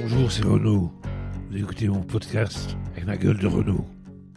Bonjour, c'est Renaud. Vous écoutez mon podcast avec ma gueule de Renaud.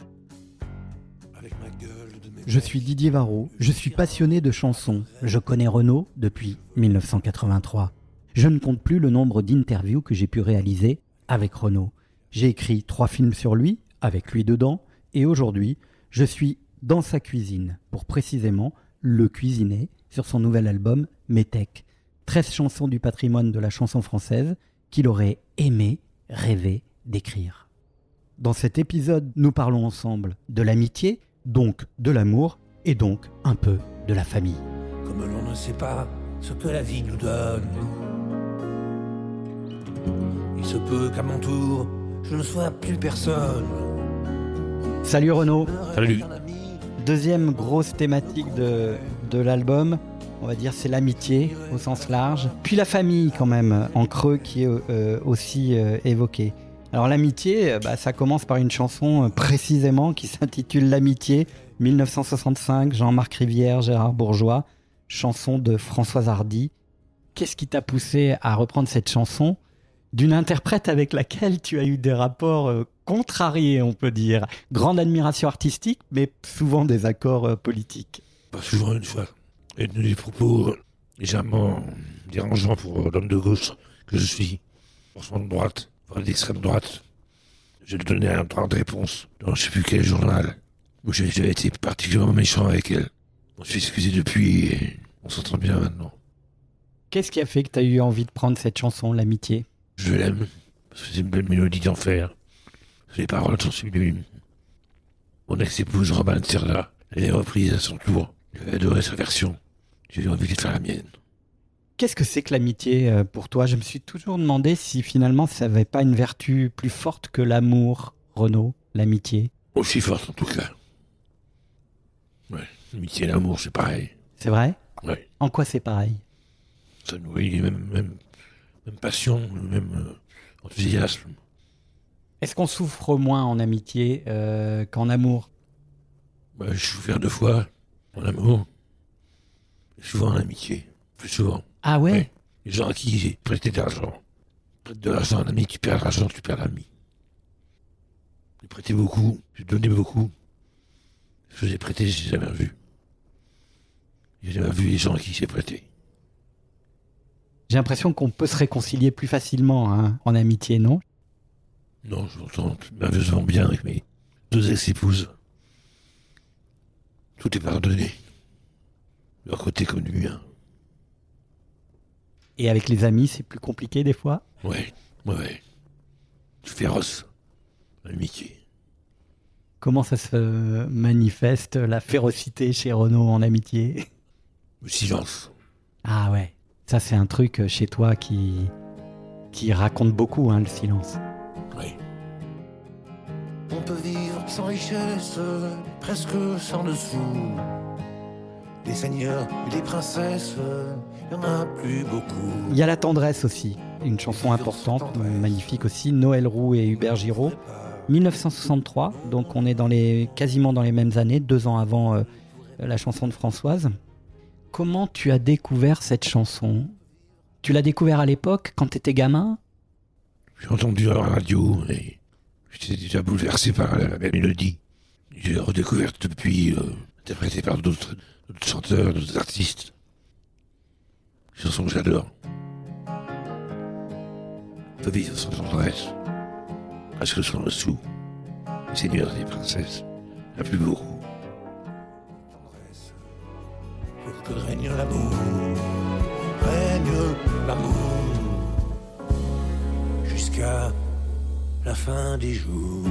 Je suis Didier Varro, je suis passionné de chansons. Je connais Renaud depuis 1983. Je ne compte plus le nombre d'interviews que j'ai pu réaliser avec Renaud. J'ai écrit 3 films sur lui, avec lui dedans, et aujourd'hui, je suis dans sa cuisine pour précisément le cuisiner sur son nouvel album Métèque. 13 chansons du patrimoine de la chanson française qu'il aurait aimé, rêvé d'écrire. Dans cet épisode, nous parlons ensemble de l'amitié, donc de l'amour, et donc un peu de la famille. Comme l'on ne sait pas ce que la vie nous donne, il se peut qu'à mon tour, je ne sois plus personne. Salut Renaud. Salut. Deuxième grosse thématique de l'album, on va dire c'est l'amitié au sens large. Puis la famille quand même, en creux, qui est aussi évoquée. Alors l'amitié, ça commence par une chanson précisément qui s'intitule L'amitié, 1965, Jean-Marc Rivière, Gérard Bourgeois, chanson de Françoise Hardy. Qu'est-ce qui t'a poussé à reprendre cette chanson d'une interprète avec laquelle tu as eu des rapports contrariés, on peut dire. Grande admiration artistique, mais souvent des accords politiques. Pas souvent une fois. Et des propos légèrement dérangeants pour l'homme de gauche que je suis. Franchement de droite, voire d'extrême droite. Je lui donnais un droit de réponse dans je sais plus quel journal où j'avais été particulièrement méchant avec elle. On s'est excusé depuis et on s'entend bien maintenant. Qu'est-ce qui a fait que tu as eu envie de prendre cette chanson, L'amitié ? Je l'aime, parce que c'est une belle mélodie d'enfer. Les paroles sont sublimes. Mon ex-épouse Robin Serra, elle est reprise à son tour. J'avais adoré sa version. J'ai eu envie de faire la mienne. Qu'est-ce que c'est que l'amitié pour toi ? Je me suis toujours demandé si finalement ça n'avait pas une vertu plus forte que l'amour, Renaud, l'amitié. Aussi forte en tout cas. Ouais, l'amitié et l'amour c'est pareil. C'est vrai ? Ouais. En quoi c'est pareil ? Ça nourrit les mêmes passion, le même enthousiasme. Est-ce qu'on souffre moins en amitié qu'en amour ? J'ai souffert 2 fois en amour, et souvent en amitié, plus souvent. Ah ouais, Ouais. Les gens à qui j'ai prêté de l'argent. Prête de l'argent à un ami, tu perds l'argent, tu perds l'ami. J'ai prêté beaucoup, j'ai donné beaucoup. Ce que j'ai prêté, j'ai jamais vu. J'ai jamais vu les gens à qui j'ai prêté. J'ai l'impression qu'on peut se réconcilier plus facilement en amitié, non ? Non, je m'entends merveilleusement bien avec mes 2 ex-épouses. Tout est pardonné. De leur côté comme du mien. Et avec les amis, c'est plus compliqué des fois ? Ouais. Féroce. L'amitié. Comment ça se manifeste, la férocité chez Renaud en amitié ? Le silence. Ah ouais, ça c'est un truc chez toi qui raconte beaucoup, le silence. Ouais. On peut vivre sans richesse, presque sans dessous. Des seigneurs et des princesses, il n'y en a plus beaucoup. Il y a la tendresse aussi, une chanson importante, magnifique aussi, Noël Roux et Hubert Giraud. 1963, donc on est quasiment dans les mêmes années, 2 ans avant la chanson de Françoise. Comment tu as découvert cette chanson ? Tu l'as découvert à l'époque, quand tu étais gamin ? J'ai entendu à la radio et j'étais déjà bouleversé par la belle mélodie. J'ai redécouvert depuis, interprétée par d'autres chanteurs, d'autres artistes. Une chanson que j'adore. On peut vivre sans tendresse. Presque sans dessous. Les seigneurs et les princesses. La plus beau. Pour que règne l'amour, règne l'amour, jusqu'à la fin des jours.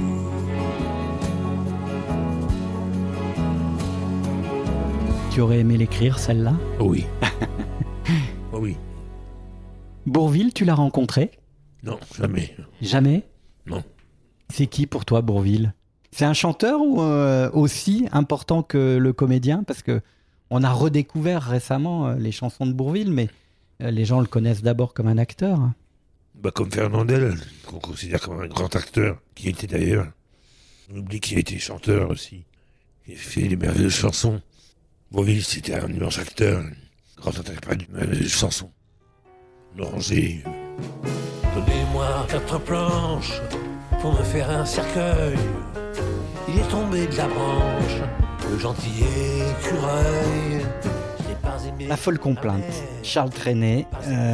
Tu aurais aimé l'écrire, celle-là ? Oh oui. Oh oui. Bourvil, tu l'as rencontré ? Non, jamais. Jamais ? Non. C'est qui pour toi, Bourvil ? C'est un chanteur ou aussi important que le comédien ? Parce que on a redécouvert récemment les chansons de Bourvil, mais les gens le connaissent d'abord comme un acteur. Comme Fernandel, qu'on considère comme un grand acteur, qui était d'ailleurs. On oublie qu'il a été chanteur aussi. Il a fait des merveilleuses chansons. Bourvil, c'était un immense acteur, grand interprète de merveilleuses chansons. L'Oranger, Donnez-moi 4 planches pour me faire un cercueil. Il est tombé de la branche, le gentil écureuil. Je n'ai pas aimé La folle complainte, la mer. Charles Trenet,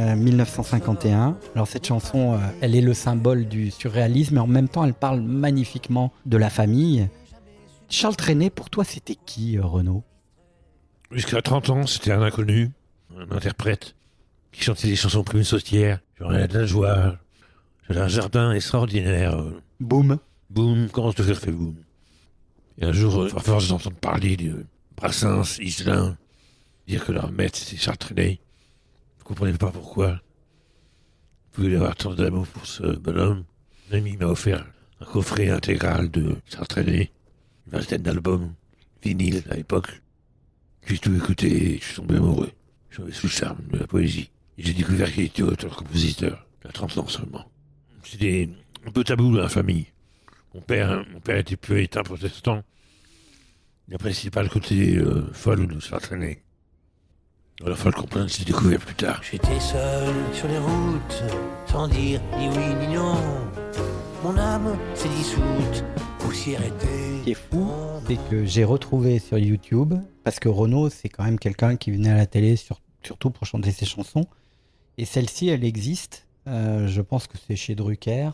1951. Alors cette chanson, elle est le symbole du surréalisme, mais en même temps, elle parle magnifiquement de la famille. Charles Trenet, pour toi, c'était qui, Renaud ? Jusqu'à 30 ans, c'était un inconnu, un interprète, qui chantait des chansons comme une sautière. Genre, elle a de la joie, j'avais un jardin extraordinaire. Boum. Boum, comment te faire fait boum. Et un jour, à force d'entendre parler de Brassens, Iselin, dire que leur maître c'était Charles Trenet, je ne comprenais pas pourquoi. Je pouvais avoir tant d'amour pour ce bonhomme. Un ami m'a offert un coffret intégral de Charles Trenet, une vingtaine d'albums, vinyle à l'époque. J'ai tout écouté et je suis tombé amoureux. Je suis tombé sous le charme de la poésie. Et j'ai découvert qu'il était auteur-compositeur, à 30 ans seulement. C'était un peu tabou dans la famille. Mon père était puritain protestant. Il n'appréciait pas le côté folle de Charles Trenet. La folle complainte, j'ai découvert plus tard. J'étais seul sur les routes, sans dire ni oui ni non. Mon âme s'est dissoute, poussière était. Ce qui est fou, c'est que j'ai retrouvé sur YouTube, parce que Renaud, c'est quand même quelqu'un qui venait à la télé, surtout pour chanter ses chansons. Et celle-ci, elle existe. Je pense que c'est chez Drucker.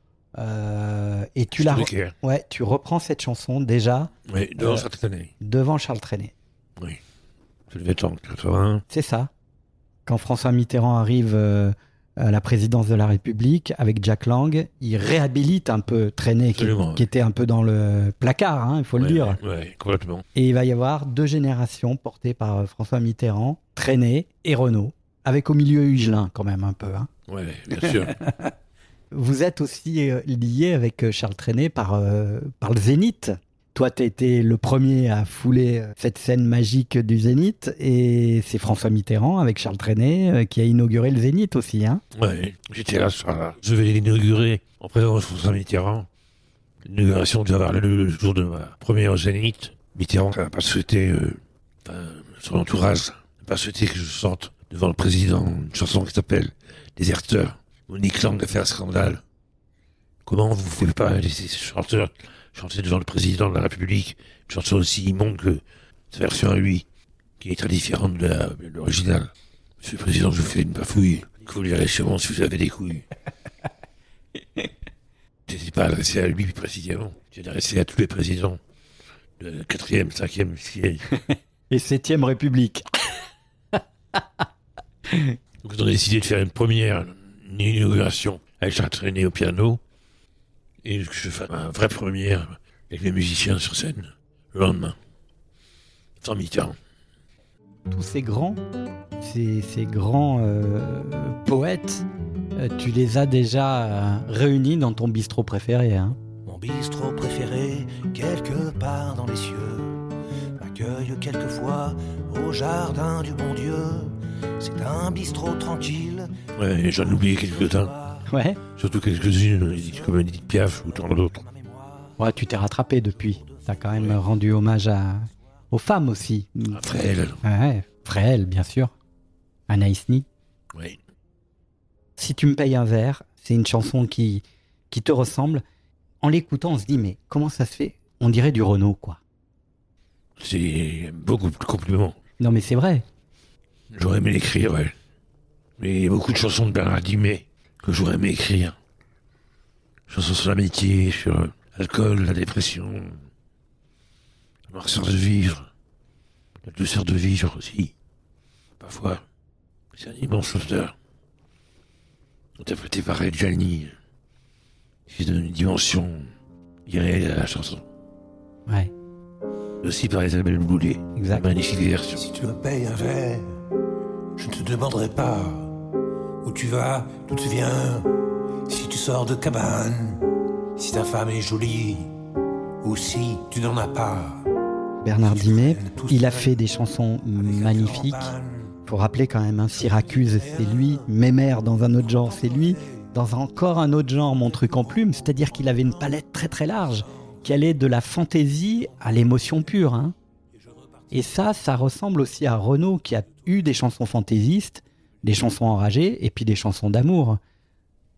Et tu tu reprends cette chanson déjà Oui, devant Charles Trenet. devant Charles Trenet. Oui. Ça devait être en 80. C'est ça. Quand François Mitterrand arrive à la présidence de la République avec Jack Lang, il réhabilite un peu Trenet qui était un peu dans le placard, hein, il faut le dire. Oui, complètement. Et il va y avoir 2 générations portées par François Mitterrand, Trenet et Renaud, avec au milieu Hugelin quand même un peu. Hein. Oui, bien sûr. Vous êtes aussi lié avec Charles Trenet par le Zénith. Toi, tu été le premier à fouler cette scène magique du Zénith, et c'est François Mitterrand avec Charles Trenet qui a inauguré le Zénith aussi. Hein. Oui, j'étais là ce soir-là. Je vais l'inaugurer en présence de François Mitterrand. L'inauguration devait avoir lieu le jour de ma première au Zénith. Mitterrand n'a pas souhaité, son entourage n'a pas souhaité que je chante devant le président une chanson qui s'appelle Déserteur. Monique Lang a fait un scandale. Comment vous ne pouvez pas laisser ce chanteur chanter devant le président de la République une chanson aussi immonde que sa version à lui, qui est très différente de l'original. Monsieur le Président, je vous fais une bafouille. Il faut lui aller chez moi si vous avez des couilles. Je n'étais pas adressé à lui précisément. J'ai adressé à tous les présidents de 4e, 5e, 6e. Et 7e République. Donc on a décidé de faire une inauguration avec Charles Trenet au piano, et que je fasse une vraie première avec les musiciens sur scène le lendemain, sans Mitterrand. Tous ces grands poètes, tu les as déjà réunis dans ton bistrot préféré. Hein. Mon bistrot préféré, quelque part dans les cieux, m'accueille quelquefois au jardin du bon Dieu. C'est un bistrot tranquille. Ouais, j'en ai oublié quelques-uns. Ouais. Surtout quelques-unes, comme Edith Piaf ou tant d'autres. Ouais, tu t'es rattrapé depuis. T'as quand même rendu hommage aux femmes aussi. Fréhel. Ouais, Fréhel, bien sûr. Anaïs Nin. Oui. Si tu me payes un verre, c'est une chanson qui te ressemble. En l'écoutant, on se dit, mais comment ça se fait ? On dirait du Renaud, quoi. C'est beaucoup de compliments. Non, mais c'est vrai. J'aurais aimé l'écrire, ouais. Mais il y a beaucoup de chansons de Bernard Dimet que j'aurais aimé écrire. Chansons sur l'amitié, sur l'alcool, la dépression, la noirceur de vivre, la douceur de vivre aussi. Parfois, c'est un immense auteur. Interprété par Gianni, qui donne une dimension irréelle à la chanson. Ouais. Aussi par Isabelle Boulay. Exact. Magnifique version. Si tu me payes un verre, je ne te demanderai pas où tu vas, d'où tu viens, si tu sors de cabane, si ta femme est jolie ou si tu n'en as pas. Bernard Dimet, il a fait des chansons magnifiques. Faut rappeler quand même, hein, Syracuse, c'est lui. Mémère, dans un autre genre, c'est lui. Dans encore un autre genre, Mon truc en plume, c'est-à-dire qu'il avait une palette très très large, qui allait de la fantaisie à l'émotion pure. Hein. Et ça ressemble aussi à Renaud, qui a eu des chansons fantaisistes, des chansons enragées, et puis des chansons d'amour.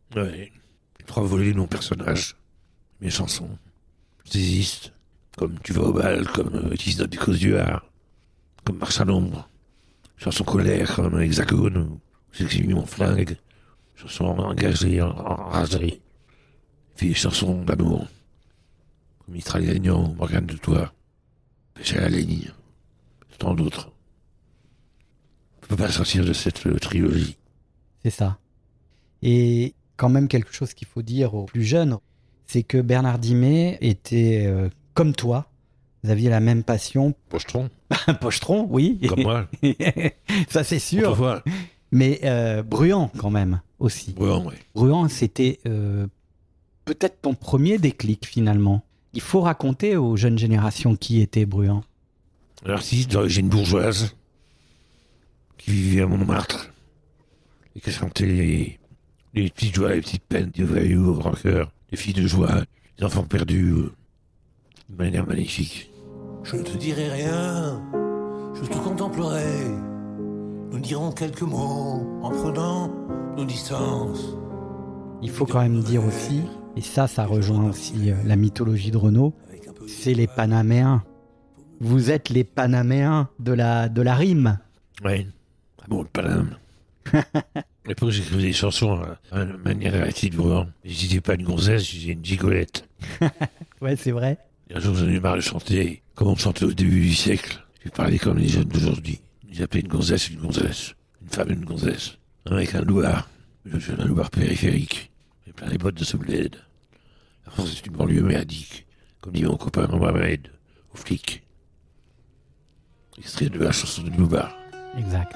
Ouais. Il fera voler mon personnage, mes chansons. J'existe. Comme Tu vas au bal, comme It is not because you are, comme Marche à l'ombre. Chanson colère, comme Hexagone, ou J'ai mis mon flingue. Chanson engagée en raserie. Puis chansons d'amour. Comme Mistral gagnant, Morgane de toi. J'ai la ligne. Tant d'autres. On ne peut pas sortir de cette trilogie. C'est ça. Et quand même quelque chose qu'il faut dire aux plus jeunes, c'est que Bernard Dimet était comme toi. Vous aviez la même passion. Pochetron. Pochetron, oui. Comme moi. Ça, c'est sûr. Autrefois. Mais Bruant, quand même, aussi. Bruant, oui. Bruant, c'était peut-être ton premier déclic, finalement. Il faut raconter aux jeunes générations qui était Bruant. Un artiste d'origine bourgeoise qui vivait à Montmartre et qui chantait les petites joies, les petites peines, des voyous au grand cœur, des filles de joie, des enfants perdus de manière magnifique. Je ne te dirai rien, je te contemplerai. Nous dirons quelques mots en prenant nos distances. Il faut quand même dire aussi, et ça rejoint aussi la mythologie de Renaud, c'est les Panaméens. Vous êtes les Panaméens de la rime. Oui, bon, le Paname. À l'époque, j'écrivais des chansons à la manière erratique de Bruant. Je disais pas une gonzesse, je disais une gigolette. Ouais, c'est vrai. Et un jour, j'en ai eu marre de chanter comme on chantait au début du siècle. Je parlais comme les jeunes d'aujourd'hui. Ils appelaient une gonzesse, une femme, une gonzesse. Un mec, un louard, un louard périphérique. J'ai plein les bottes de ce bled. La France est une banlieue merdique, comme dit mon copain Mohamed, au flic. Extrait de la chanson de Loubar. Exact.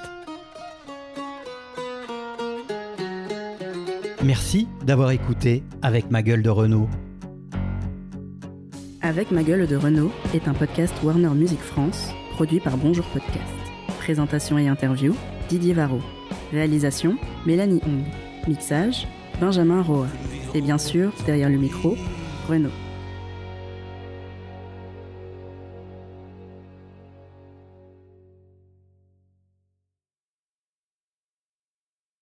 Merci d'avoir écouté Avec ma gueule de Renaud. Avec ma gueule de Renaud est un podcast Warner Music France, produit par Bonjour Podcast. Présentation et interview, Didier Varro. Réalisation, Mélanie Hong. Mixage, Benjamin Roa. Et bien sûr, derrière le micro, Renaud.